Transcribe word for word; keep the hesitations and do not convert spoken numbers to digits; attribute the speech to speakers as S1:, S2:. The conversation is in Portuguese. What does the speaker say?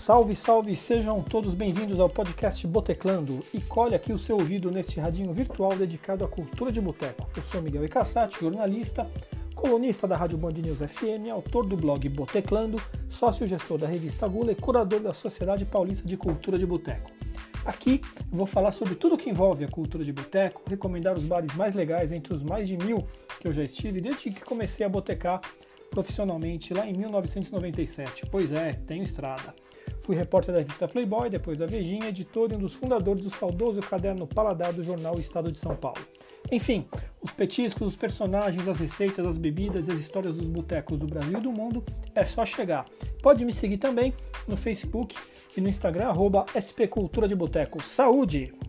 S1: Salve, salve! Sejam todos bem-vindos ao podcast Boteclando e colhe aqui o seu ouvido neste radinho virtual dedicado à cultura de boteco. Eu sou Miguel Icassati, jornalista, colunista da Rádio Band News F M, autor do blog Boteclando, sócio-gestor da revista Gula e curador da Sociedade Paulista de Cultura de Boteco. Aqui eu vou falar sobre tudo que envolve a cultura de boteco, recomendar os bares mais legais entre os mais de mil que eu já estive desde que comecei a botecar profissionalmente lá em mil novecentos e noventa e sete. Pois é, tenho estrada. Fui repórter da revista Playboy, depois da Vejinha, editor e um dos fundadores do saudoso caderno Paladar do jornal Estado de São Paulo. Enfim, os petiscos, os personagens, as receitas, as bebidas e as histórias dos botecos do Brasil e do mundo, é só chegar. Pode me seguir também no Facebook e no Instagram, arroba S P Cultura de Boteco. Saúde!